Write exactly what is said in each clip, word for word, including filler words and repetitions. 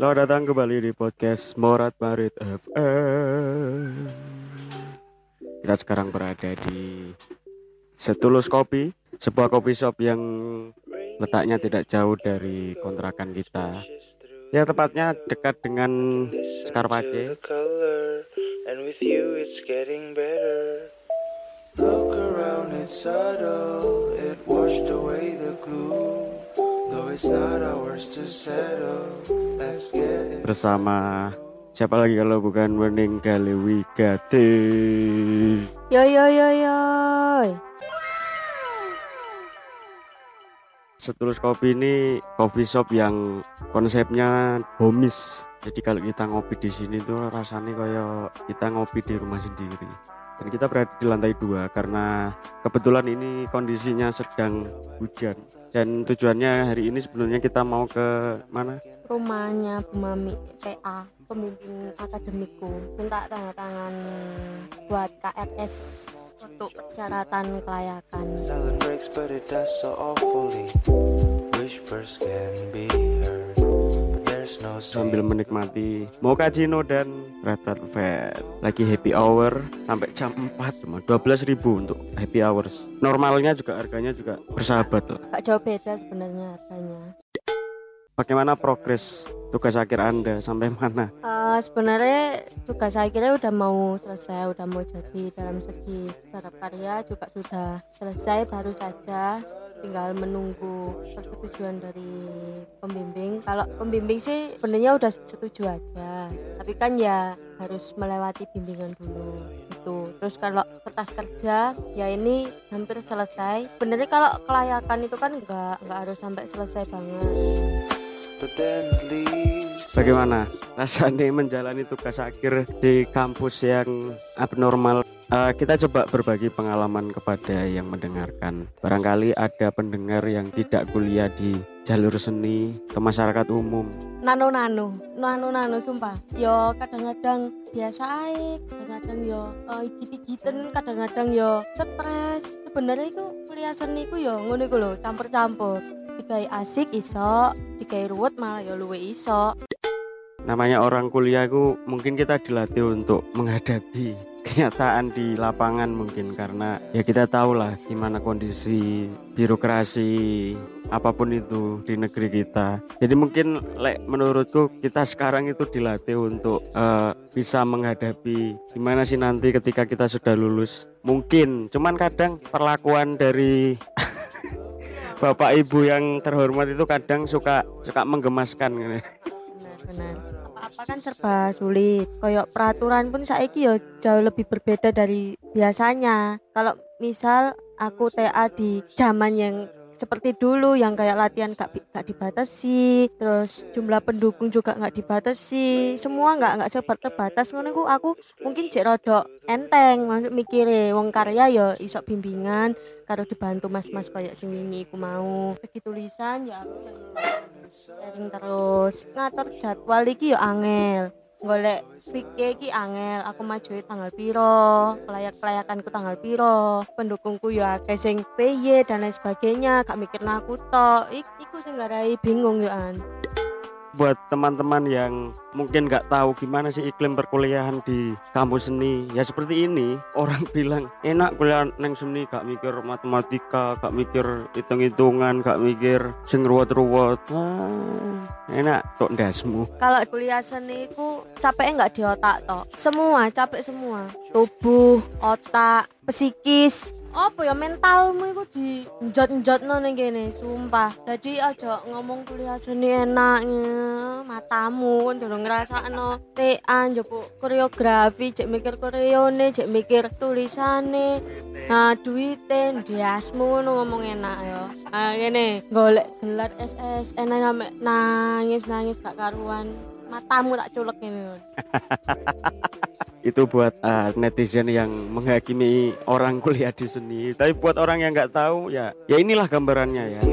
Selamat datang kembali di podcast Morat Marit F M. Kita sekarang berada di Setulus Kopi, sebuah coffee shop yang letaknya tidak jauh dari kontrakan kita. Ya, tepatnya dekat dengan Scarpace. Look around, it's subtle, it washed away the gloom. Though it's not ours to settle, let's get it. Bersama siapa lagi kalau bukan meninggal Wigate. Yo yo yo yo. Setulus Kopi ini coffee shop yang konsepnya homies. Jadi kalau kita ngopi di sini tuh rasanya kayak kita ngopi di rumah sendiri. Dan kita berada di lantai dua karena kebetulan ini kondisinya sedang hujan. Dan tujuannya hari ini sebenarnya kita mau ke mana? Rumahnya Bu Mami P A, pembimbing akademiku. Minta tanda tangan buat K R S untuk persyaratan kelayakan. Silent breaks, but it does so awfully. Whispers can be heard, but there's no Sambil menikmati Mocha Cino dan Red Velvet. Lagi happy hour sampai jam empat, cuma dua belas ribu untuk happy hours. Normalnya juga harganya juga bersahabat lah. Gak jauh beda sebenarnya harganya. Bagaimana progres tugas akhir Anda sampai mana? Uh, sebenarnya tugas akhirnya udah mau selesai, udah mau jadi. Dalam segi garap karya juga sudah selesai, baru saja tinggal menunggu persetujuan dari pembimbing. Kalau pembimbing sih sebenarnya udah setuju aja, tapi kan ya harus melewati bimbingan dulu itu. Terus kalau kertas kerja ya ini hampir selesai. Sebenarnya kalau kelayakan itu kan nggak nggak harus sampai selesai banget. Bagaimana rasanya menjalani tugas akhir di kampus yang abnormal? Uh, kita coba berbagi pengalaman kepada yang mendengarkan. Barangkali ada pendengar yang tidak kuliah di jalur seni atau masyarakat umum. Nano-nano, nano-nano sumpah. Yo kadang-kadang biasa aja, kadang-kadang yo uh, igit-igiten, kadang-kadang yo stres. Sebenarnya itu kuliah seni ku yo ngono iku lho, campur-campur. Dikai asik iso, dikai ruwet malah ya luwe iso. Namanya orang kuliah itu mungkin kita dilatih untuk menghadapi kenyataan di lapangan mungkin, karena ya kita tahu lah gimana kondisi birokrasi apapun itu di negeri kita. Jadi mungkin like, menurutku kita sekarang itu dilatih untuk uh, bisa menghadapi gimana sih nanti ketika kita sudah lulus. Mungkin cuman kadang perlakuan dari Bapak Ibu yang terhormat itu kadang suka suka menggemaskan. Benar-benar. Apa-apa kan serba sulit. Kayak peraturan pun saiki ya jauh lebih berbeda dari biasanya. Kalau misal aku T A di zaman yang seperti dulu yang kayak latihan gak, gak dibatasi, terus jumlah pendukung juga gak dibatasi, semua gak gak sebat terbatas ngono ku aku mungkin jek rodok enteng maksud mikire wong karya ya iso bimbingan karo dibantu mas-mas kayak sing wingi ku mau. Segi tulisan ya aku ya iso sharing terus. Ngatur jadwal iki ya angel. Golek fikih iki angel, aku majuin tanggal piro, kelayak-kelayakanku tanggal piro, pendukungku ya akeh sing P Y dan lain sebagainya, gak mikirna aku tok. Ik, iku sing ngarai bingung yo an. Buat teman-teman yang mungkin gak tahu gimana sih iklim perkuliahan di kampus seni, ya seperti ini. Orang bilang enak kuliah neng seni, gak mikir matematika, gak mikir hitung-hitungan, gak mikir sing ruwet-ruwet. Wah, enak tok ndasmu. Kalau kuliah seni ku capeknya gak di otak tok. Semua capek semua. Tubuh, otak, psikis, apa ya mentalmu itu di njot-njotno ning kene, sumpah. Jadi aja ngomong kuliah seni enaknya, matamu kan durung ngrasakno T A njupuk koreografi, cek mikir koreone, cek mikir tulisane. Nah, duite ndiasmu ngono ngomong enak ya. Ah ngene, golek gelar S S N sampe nangis-nangis gak karuan. Matamu tak culek ini. Itu buat uh, netizen yang menghakimi orang kuliah di seni. Tapi buat orang yang nggak tahu ya, ya inilah gambarannya ya.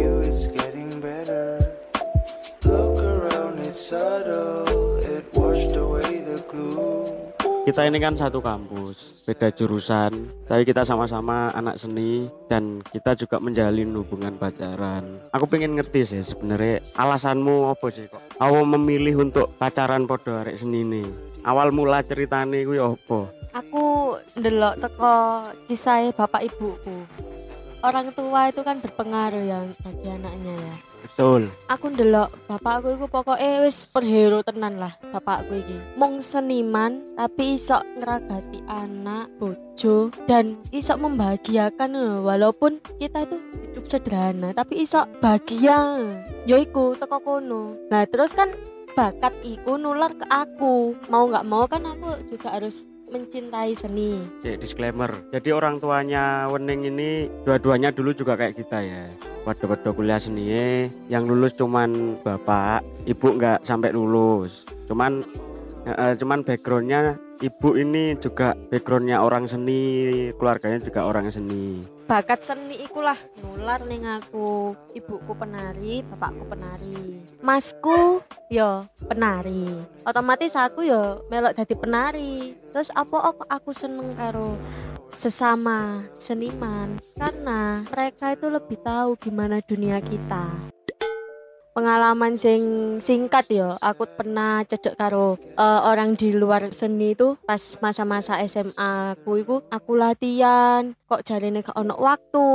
Kita kita ini kan satu kampus, beda jurusan, tapi kita sama-sama anak seni dan kita juga menjalin hubungan pacaran. Aku pengen ngerti sih sebenarnya alasanmu apa sih kok? Aku memilih untuk pacaran podo arek seni ini. Awal mula ceritane kuwi apa? Aku ndelok teko kisah bapak ibuku. Orang tua itu kan berpengaruh ya bagi anaknya ya. Betul. Aku ndelok bapakku iku pokoke wis superhero tenan lah bapakku iki. Mung seniman tapi iso ngeragati anak, bojo dan iso membahagiakan lho. Walaupun kita itu hidup sederhana tapi iso bahagia. Yo iku teko kono. Nah, terus kan bakat iku nular ke aku. Mau enggak mau kan aku juga harus mencintai seni. Cek disclaimer. Jadi orang tuanya Wening ini dua-duanya dulu juga kayak kita ya. Waduh-waduh kuliah seni, yang lulus cuman bapak, ibu nggak sampai lulus. Cuman eh, cuman backgroundnya ibu ini juga backgroundnya orang seni, keluarganya juga orang seni. Bakat seni ikulah nular ning aku. Ibuku penari, bapakku penari. Masku yo penari. Otomatis aku yo melok dadi penari. Terus apa aku seneng karo sesama seniman karena mereka itu lebih tahu gimana dunia kita. Pengalaman sing singkat yo, aku pernah cedek karo uh, orang di luar seni itu pas masa-masa S M A aku iku aku latihan kok jarene gak ono waktu.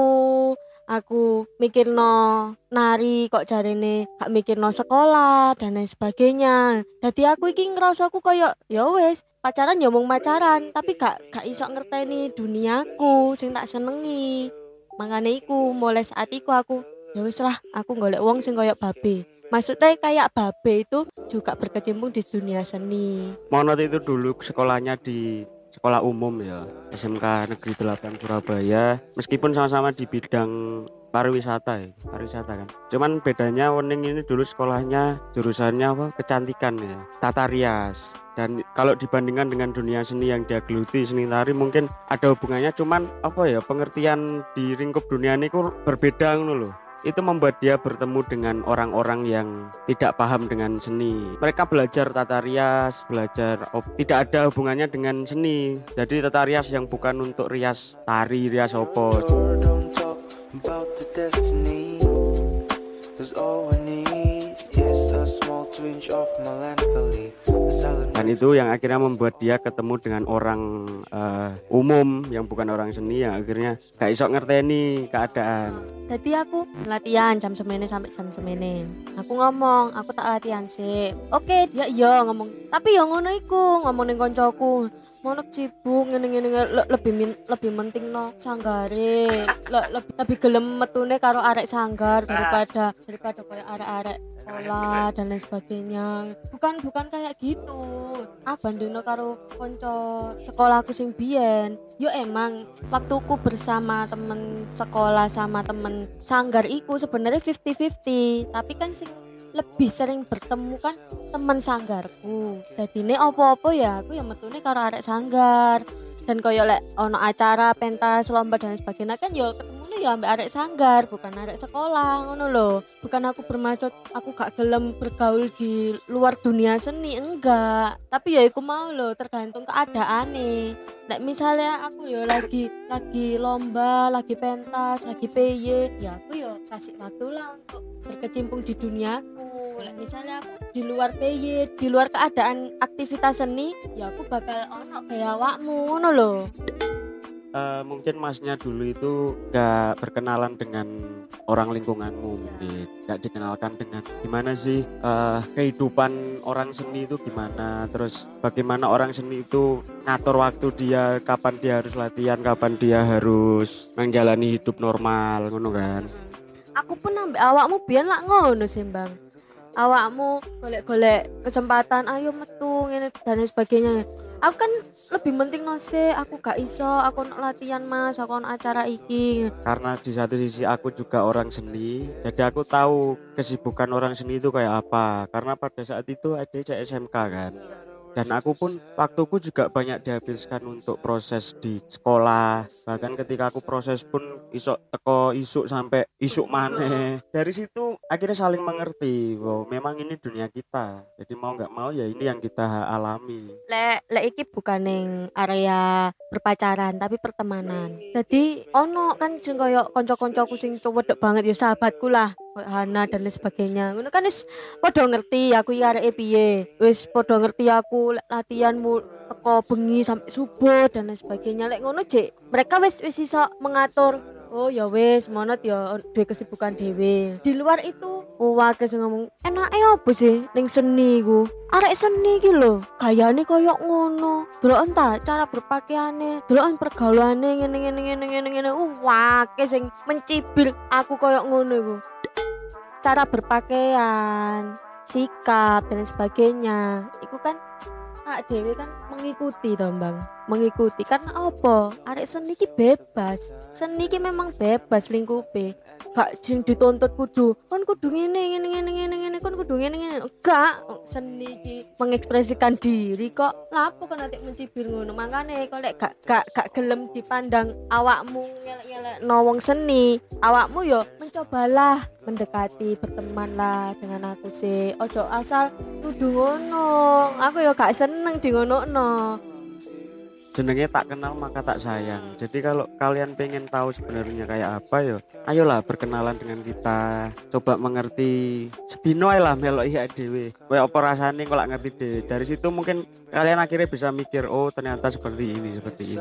Aku mikirno nari kok jarene gak mikirno sekolah dan lain sebagainya. Jadi aku iki ngerasa aku koyo ya wis pacaran ya mung pacaran tapi gak gak iso ngerteni duniaku sing tak senengi. Makane iku mulai saat iku aku ya wis lah aku golek wong sing koyo babe. Maksudnya kayak babe itu juga berkecimpung di dunia seni. Monot itu dulu sekolahnya di sekolah umum ya, S M K Negeri delapan Surabaya. Meskipun sama-sama di bidang pariwisata ya, pariwisata kan. Cuman bedanya Wening ini dulu sekolahnya jurusannya apa? Kecantikan ya, tata rias. Dan kalau dibandingkan dengan dunia seni yang dia geluti, seni tari mungkin ada hubungannya. Cuman apa ya, pengertian di lingkup dunia ini kok berbeda ngono loh. Itu membuat dia bertemu dengan orang-orang yang tidak paham dengan seni. Mereka belajar tata rias, belajar oh, tidak ada hubungannya dengan seni. Jadi tata rias yang bukan untuk rias tari, rias opo. Dan itu yang akhirnya membuat dia ketemu dengan orang uh, umum yang bukan orang seni, yang akhirnya gak iso ngerteni keadaan. Jadi aku latihan jam semene sampai jam semene. Aku ngomong, aku tak latihan sih. Oke, dia iya ngomong. Tapi ya ngono iku, ngomong ning koncoku. Mono sibuk ngene-ngene le, lebih min, lebih penting no sanggare. Le, lebih lebih gelem metune karo arek sanggar daripada daripada koyo arek-arek sekolah dan lain sebagainya. Bukan bukan kayak gitu. Ah bandingno karo konco sekolahku sing biyen. Yo emang waktuku bersama temen sekolah sama temen sanggar iku sebenarnya fifty fifty, tapi kan sing lebih sering bertemu kan teman sanggarku. Dadine opo-opo ya aku ya metune karo arek sanggar. Dan koyo lek ono acara pentas lomba dan sebagainya kan yo ketemune ya ambek arek sanggar bukan arek sekolah ngono lho. Bukan aku bermaksud aku gak gelem bergaul di luar dunia seni, enggak. Tapi ya iku mau lho tergantung keadaane. Nek misalnya aku yo lagi lagi lomba, lagi pentas, lagi P Y, ya aku yo kasih waktu lah untuk berkecimpung di duniaku. Lek misalnya aku di luar P Y, di luar keadaan aktivitas seni, ya aku bakal ono kayak awakmu ngono lho. Uh, mungkin masnya dulu itu gak berkenalan dengan orang lingkunganmu, mungkin gak dikenalkan dengan gimana sih uh, kehidupan orang seni itu gimana, terus bagaimana orang seni itu ngatur waktu dia, kapan dia harus latihan, kapan dia harus menjalani hidup normal ngono kan. Aku pun ambek awakmu biyen lak ngono sih Bang. Awakmu golek-golek kesempatan ayo metu ngene dan sebagainya. Aku kan lebih penting no sih, aku gak iso, aku nak latihan mas, aku nak acara iki. Karena di satu sisi aku juga orang seni, jadi aku tahu kesibukan orang seni itu kayak apa. Karena pada saat itu ada S M K kan, Dan aku pun waktuku juga banyak dihabiskan untuk proses di sekolah. Bahkan ketika aku proses pun isok teko isuk sampai isuk maneh. Dari situ akhirnya saling mengerti. Wow, memang ini dunia kita. Jadi mau nggak mau ya ini yang kita alami. Lek lek iki bukan ning area berpacaran tapi pertemanan. Jadi ono kan sing koyo kanca-kancaku sing cowok banget ya sahabatku lah. Kayak Hana dan lain sebagainya. Ngono kan wis padha ngerti aku iki areke piye. Wis padha ngerti aku lek latihanmu teko bengi sampai subuh dan lain sebagainya. Lek ngono jek mereka wis wis iso mengatur. Oh ya wis monot ya duwe kesibukan dhewe. Di luar itu wake sing ngomong enake opo sih ning seni ku. Arek seni iki lho, gayane koyo ngono. Deloken ta cara berpakaiane, deloken pergaulane ngene-ngene ngene-ngene ngene. Uh, wake sing mencibir aku koyo ngono iku. Cara berpakaian, sikap dan sebagainya. Iku kan awak dhewe kan mengikuti to, Bang. Mengikuti karena apa? Arek seni ki bebas. Seni ki memang bebas lingkupe. Gak jin dituntut kudu kon kudu ngene ngene ngene ngene ngene kon kudu ngene ngene. Enggak, seni ki mengekspresikan diri kok. Lapo kan nanti mencibir ngono. Makane kok lek gak gak gak gelem dipandang awakmu ngelek-ngelek no wong seni, awakmu yo mencobalah mendekati, berteman lah dengan aku sih. Ojo asal nuduh ngono. Aku yo gak seneng di ngono-no. Jenenge tak kenal maka tak sayang. Jadi kalau kalian pengen tahu sebenarnya kayak apa ya, ayolah berkenalan dengan kita. Coba mengerti. Sedino ae lah melok iya dhewe. Kowe apa rasane kok lak ngerti dhewe. Dari situ mungkin kalian akhirnya bisa mikir, oh ternyata seperti ini, seperti ini.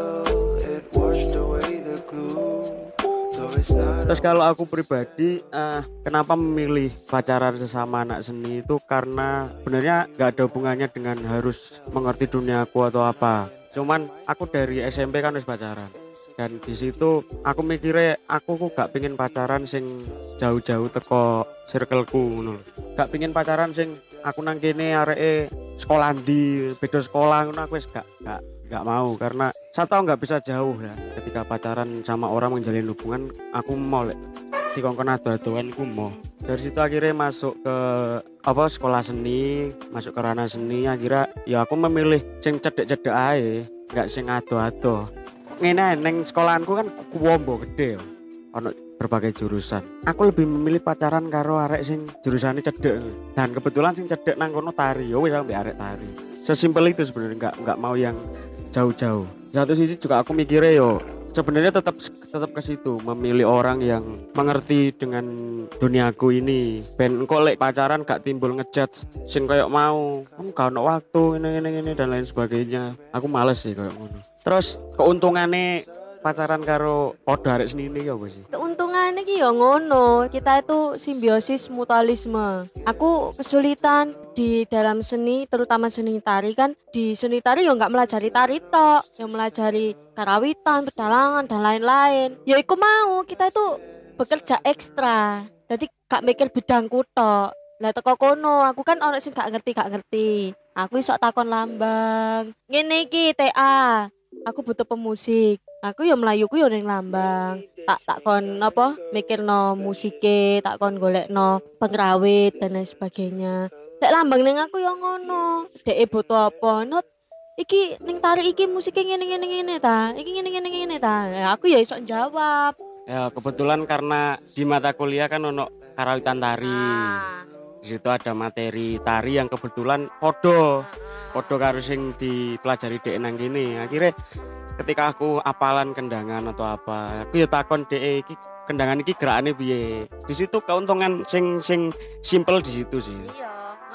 Terus kalau aku pribadi uh, kenapa memilih pacaran sesama anak seni itu karena sebenarnya nggak ada hubungannya dengan harus mengerti duniaku atau apa. Cuman aku dari S M P kan harus pacaran. Dan di situ aku mikirnya aku kok gak pengen pacaran sing jauh-jauh teko circleku ngono. Gak pengen pacaran sing aku nang kene areke sekolah ndi, beda sekolah ngono aku wis gak gak gak mau karena saya tahu nggak bisa jauh ya ketika pacaran sama orang menjalin hubungan. Aku mau lek dikongkon ado-adoan ku mau. Dari situ akhirnya masuk ke apa sekolah seni, masuk ke ranah seni. Akhirnya ya aku memilih sing cedek-cedek ae, nggak sing ado-ado. Ngene neng sekolahanku kan kuwombo gede ya. Ono berbagai jurusan. Aku lebih memilih pacaran karo arek sing jurusane cedek. Dan kebetulan sing cedek nang kono tari, yo wis ambek arek tari. Sesimpel itu sebenarnya, nggak nggak mau yang jauh-jauh. Satu sisi juga aku mikirnya yo sebenarnya tetap tetap ke situ, memilih orang yang mengerti dengan duniaku ini. Ben engko lek pacaran gak timbul ngejudge sing koyo mau, kamu gak ono waktu ini ini ini dan lain sebagainya. Aku males sih koyo ngono. Terus keuntungannya pacaran karo podo arek seni ini ya apa sih? Keuntungannya ki ya ngono, kita itu simbiosis mutualisme. Aku kesulitan di dalam seni, terutama seni tari kan. Di seni tari ya nggak melajari tari tok, yang melajari karawitan, pedalangan dan lain-lain. Ya iku mau kita itu bekerja ekstra. Jadi gak mikir bidangku tok. Lah teko kono, aku kan orang sing gak ngerti gak ngerti. Aku iso takon lambang. Ngene iki T A. Aku butuh pemusik. Aku ya melayuku ya ning lambang. Tak tak kon apa mikirno musike, tak kon golekno pengrawit dan lain sebagainya. Lek lambang ning aku ya ngono. Dek butuh apa? Not iki ning tari iki musike ngene ngene ngene ta. Iki ngene ngene ngene ta. Ya, aku ya iso jawab. Ya kebetulan karena di mata kuliah kan ono karawitan tari. Ah. Di situ ada materi tari yang kebetulan podo. Podo karo sing dipelajari dek nang kene. Akhirnya ketika aku apalan kendangan atau apa, aku ya takon dek iki kendangan iki gerakane piye. Di situ keuntungan sing sing simple di situ sih. Iya,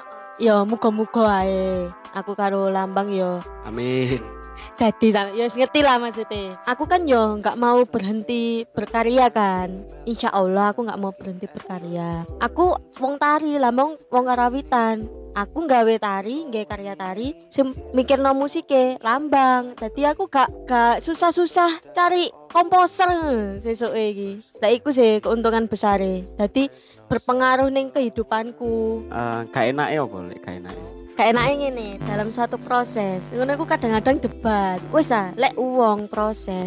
ya muga-muga ae aku karo lambang yo. Amin. Jadi ya ngerti lah maksudnya. Aku kan yo nggak mau berhenti berkarya kan. Insya Allah aku nggak mau berhenti berkarya. Aku wong tari lah, wong wong karawitan. Aku nggawe tari, nggawe karya tari, sim mikirno musike lambang. Jadi aku gak gak susah-susah cari komposer sesuke iki. Lah iku sih keuntungan besare. Jadi berpengaruh ning kehidupanku. Uh, gak enake opo lek gak enake? Gak enake ngene, dalam suatu proses. Ngono aku kadang-kadang debat. Wis ta, lek uwong proses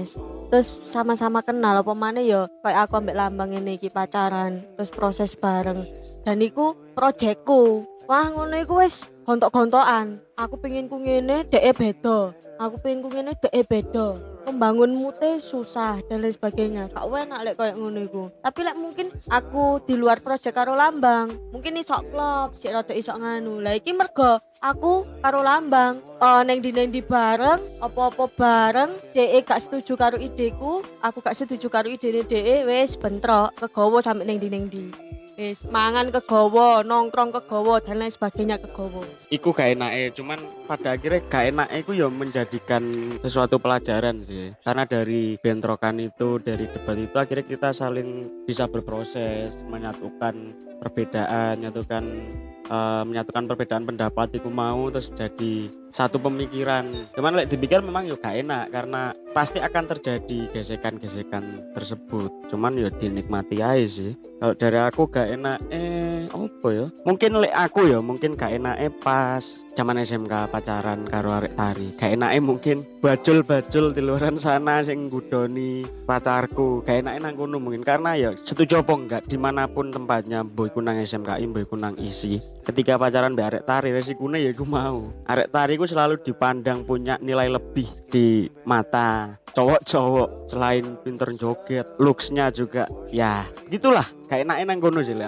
terus sama-sama kenal apa maneh ya kayak aku ambek Lambang ini iki pacaran terus proses bareng dan iku proyekku. Wah ngono iku wis gontok-gontokan. Aku pengen ku ngene dhek beda. Aku pengen ku ngene dhek beda. Membangun mute susah dan lain sebagainya. Gak enak lek kayak ngono iku. Tapi lek mungkin aku di luar proyek karo Lambang, mungkin iso klop, sik rada iso nganu. Lah iki mergo aku karo Lambang uh, neng di neng di bareng, apa-apa bareng, dhek gak setuju karo ideku, aku gak setuju karo idene dhek, wis bentrok, kegowo sampe neng di neng di. Wis mangan kegowo, nongkrong kegowo dan lain sebagainya kegowo. Iku gak enake, cuman pada akhirnya gak enake iku ya menjadikan sesuatu pelajaran sih. Karena dari bentrokan itu, dari debat itu akhirnya kita saling bisa berproses, menyatukan perbedaan, menyatukan uh, menyatukan perbedaan pendapat iku mau terus jadi satu pemikiran. Cuman lek dipikir memang ya gak enak karena pasti akan terjadi gesekan-gesekan tersebut. Cuman ya dinikmati aja sih. Kalau dari aku gak enak eh apa ya? Mungkin lek aku ya mungkin gak enak eh pas zaman S M K pacaran karo arek tari. Gak enak eh mungkin bajul-bajul di luaran sana sing ngudoni pacarku. Gak enak nang kono mungkin karena ya setuju apa enggak dimanapun tempatnya, boy ku nang S M K I, boy ku nang I S I. Ketika pacaran mbak arek tari resikune ya aku mau. Arek tari ku selalu dipandang punya nilai lebih di mata cowok-cowok selain pinter joget, looks-nya juga ya gitulah. Kayak enak nang kono sih lah.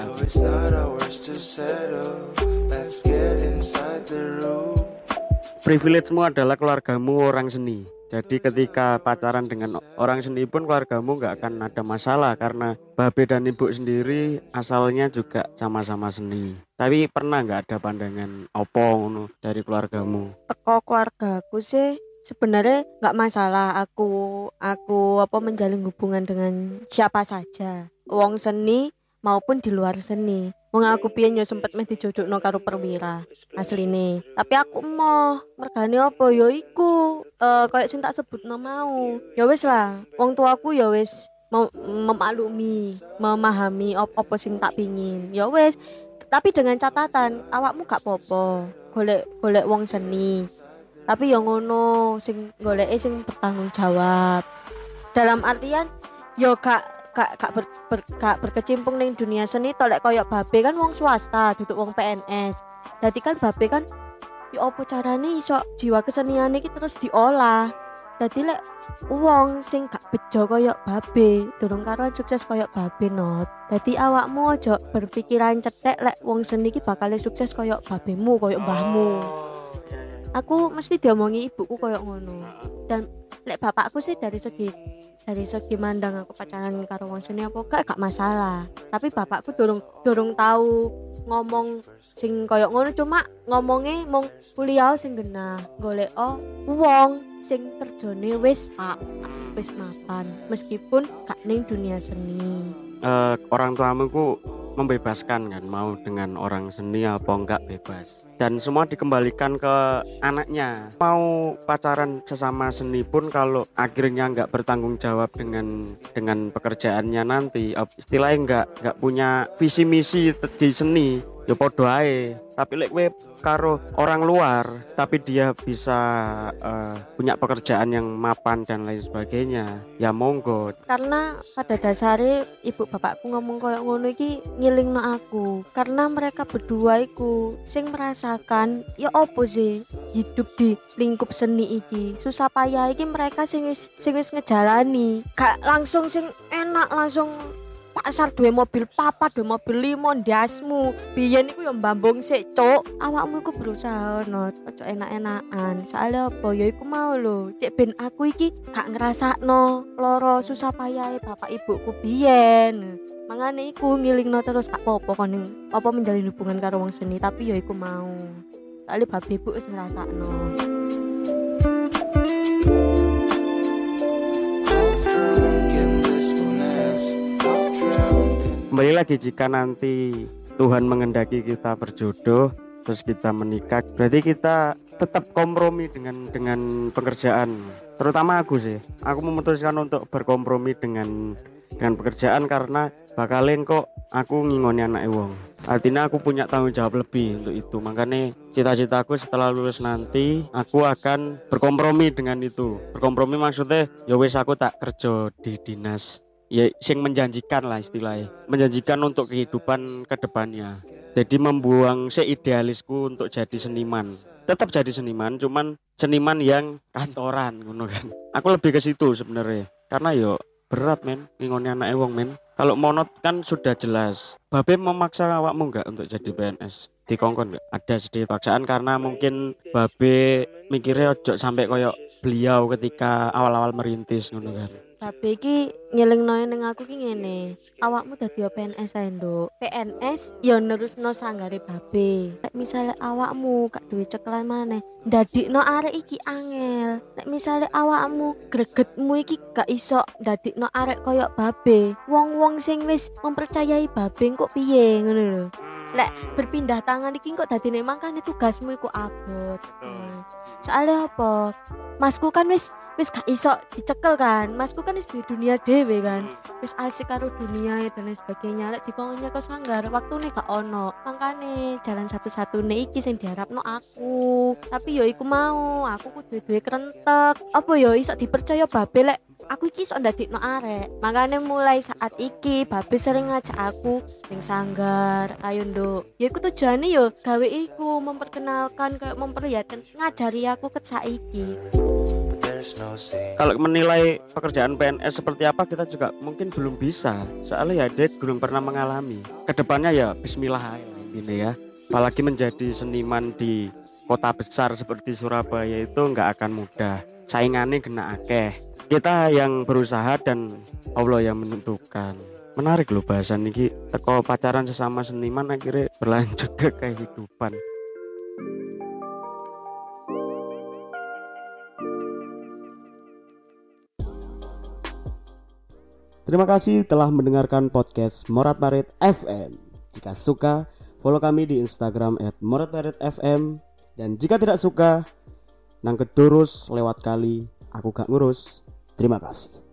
Privilege-mu adalah keluargamu orang seni. Jadi ketika pacaran dengan orang seni pun keluargamu gak akan ada masalah karena babe dan ibu sendiri asalnya juga sama-sama seni. Tapi pernah gak ada pandangan opo ngono dari keluargamu? Teko keluargaku sih sebenarnya nggak masalah aku aku apa menjalin hubungan dengan siapa saja, wong seni maupun di luar seni. Wong aku piyen yo sempet meh dijodokno karo perwira asline. Tapi aku emoh mergane apa yo iku uh, kayak sing tak sebutno mau. Ya wis lah, wong tuaku ya wis mem- memaklumi, memahami op- apa sing tak pingin. Ya wis, tapi dengan catatan awakmu gak popo golek golek wong seni. Tapi yang ngono sing goleke sing bertanggung jawab. Dalam artian yo gak gak gak ber, ber, gak berkecimpung ning dunia seni tolek koyo babe kan wong swasta, duduk wong P N S. Dadi kan babe kan yo opo carane iso jiwa kesenian iki terus diolah. Dadi lek wong sing gak bejo koyo babe, durung karo sukses koyo babe not. Dadi awakmu aja berpikiran cetek lek wong seni iki bakal sukses koyo babemu, koyo mbahmu. Aku mesti diomongi ibuku koyo ngono. Dan lek bapakku sih dari segi dari segi mandang aku pacaran karo wong seni apa gak gak masalah. Tapi bapakku durung durung tahu ngomong sing koyo ngono, cuma ngomongnya mung kuliah sing genah, golek oh wong sing kerjane wis tak wis mapan meskipun gak ning dunia seni. Uh, orang tuamu ku membebaskan kan, mau dengan orang seni apa enggak bebas, dan semua dikembalikan ke anaknya. Mau pacaran sesama seni pun kalau akhirnya enggak bertanggung jawab dengan dengan pekerjaannya nanti, istilahnya enggak enggak punya visi misi di seni, ya podo ae. Tapi lek kowe karo orang luar tapi dia bisa uh, punya pekerjaan yang mapan dan lain sebagainya, ya monggo. Karena pada dasarnya ibu bapakku ngomong koyo ngono iki ngilingno aku, karena mereka berdua iku sing merasakan ya opo sih hidup di lingkup seni iki. Susah payah iki mereka sing wis sing wis ngejalani, gak langsung sing enak langsung pasar duwe mobil papat, duwe mobil limo ndasmu. Biyen iku yo mbambung sik, Cuk. Awakmu iku berusaha not, aja enak-enakan. Soale apa ya iku mau lho, cek ben aku iki gak ngrasakno loro susah payahe bapak ibuku biyen. Mangane iku ngilingno terus gak apa-apa kon apa menjalin hubungan karo wong seni, tapi ya iku mau. Soale bapak ibu wis ngrasakno. Kembali lagi, jika nanti Tuhan mengendaki kita berjodoh terus kita menikah, berarti kita tetap kompromi dengan dengan pekerjaan. Terutama aku sih, aku memutuskan untuk berkompromi dengan dengan pekerjaan karena bakalin kok aku ngingoni anak wong. Artinya aku punya tanggung jawab lebih untuk itu. Makanya cita-citaku setelah lulus nanti aku akan berkompromi dengan itu. Berkompromi maksudnya ya wis aku tak kerja di dinas. Ya sing menjanjikan lah istilahnya. Menjanjikan untuk kehidupan kedepannya. Jadi membuang seidealisku untuk jadi seniman. Tetap jadi seniman, cuman seniman yang kantoran ngono kan. Aku lebih ke situ sebenarnya. Karena yo berat men ngingoni anak wong men. Kalau monot kan sudah jelas. Babe memaksa awakmu enggak untuk jadi P N S? Dikongkon enggak? Ada sedikit paksaan karena mungkin Babe mikirnya ojo sampai koyok beliau ketika awal-awal merintis ngono kan. Babe iki ngelingno ning aku ki ngene. Awakmu dadi P N S ae, Nduk. P N S ya nerusno sanggare Babe. Nek misale awakmu gak duwe cekelan maneh, ndadikno arek iki angel. Nek misale awakmu gregetmu iki gak iso ndadikno arek koyo Babe. Wong-wong sing wis mempercayai Babe kok piye ngono lho. Lek berpindah tangan iki kok dadine mangkane tugasmu iku abot. Hmm. Soale apa? Masku kan wis wis gak iso dicekel kan. Masku kan wis di dunia dhewe kan. Wis asik karo dunia dan lain sebagainya. Lek dikongkon ke sanggar waktune gak ono. Mangkane jalan satu-satune iki sing diharapno aku. Tapi yo iku mau, aku kudu duwe krentek. Apa yo iso dipercaya Babe lek aku iki iso ndadekno arek. Makane mulai saat iki Babe sering ngajak aku ning sanggar. Ayo Nduk. Ya iku tujuane yo gawe iku memperkenalkan kayak memperlihatkan ngajari aku ket saiki. Kalau menilai pekerjaan P N S seperti apa kita juga mungkin belum bisa. Soalnya ya dia belum pernah mengalami. Kedepannya ya bismillah intinya ya. Apalagi menjadi seniman di kota besar seperti Surabaya itu nggak akan mudah. Saingannya kena akeh. Kita yang berusaha dan Allah yang menentukan. Menarik loh bahasan ini. Teko pacaran sesama seniman akhirnya berlanjut ke kehidupan. Terima kasih telah mendengarkan podcast Morat Marit F M. Jika suka, follow kami di Instagram et morat marit f m. Dan jika tidak suka, nang kedurus lewat kali, aku gak ngurus. Terima kasih.